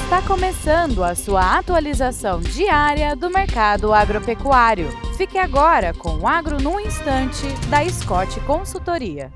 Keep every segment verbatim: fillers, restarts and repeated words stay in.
Está começando a sua atualização diária do mercado agropecuário. Fique agora com o Agro no Instante, da Scott Consultoria.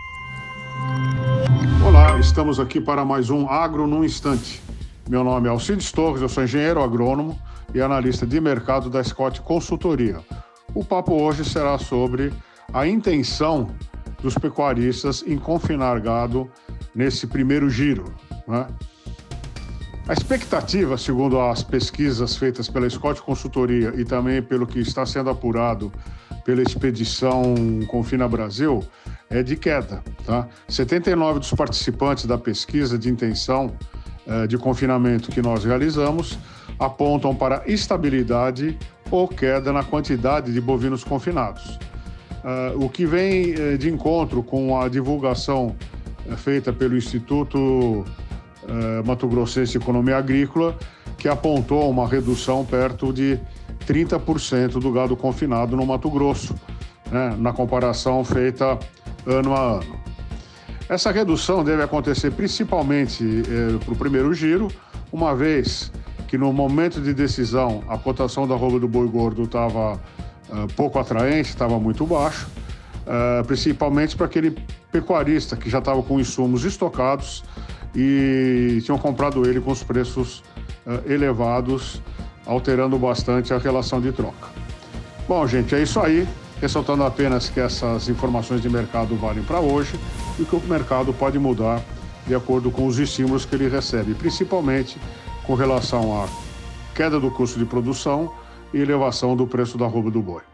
Olá, estamos aqui para mais um Agro no Instante. Meu nome é Alcides Torres, eu sou engenheiro agrônomo e analista de mercado da Scott Consultoria. O papo hoje será sobre a intenção dos pecuaristas em confinar gado nesse primeiro giro, né? A expectativa, segundo as pesquisas feitas pela Scott Consultoria e também pelo que está sendo apurado pela expedição Confina Brasil, é de queda, tá? setenta e nove dos participantes da pesquisa de intenção eh, de confinamento que nós realizamos apontam para estabilidade ou queda na quantidade de bovinos confinados. Uh, o que vem uh, de encontro com a divulgação uh, feita pelo Instituto uh, Mato Grossense de Economia Agrícola, que apontou uma redução perto de trinta por cento do gado confinado no Mato Grosso, né, na comparação feita ano a ano. Essa redução deve acontecer principalmente uh, para o primeiro giro, uma vez que no momento de decisão a cotação da arroba do boi gordo estava Uh, pouco atraente, estava muito baixo, uh, principalmente para aquele pecuarista que já estava com insumos estocados e tinham comprado ele com os preços uh, elevados, alterando bastante a relação de troca. Bom, gente, é isso aí, ressaltando apenas que essas informações de mercado valem para hoje e que o mercado pode mudar de acordo com os estímulos que ele recebe, principalmente com relação à queda do custo de produção e elevação do preço da arroba do boi.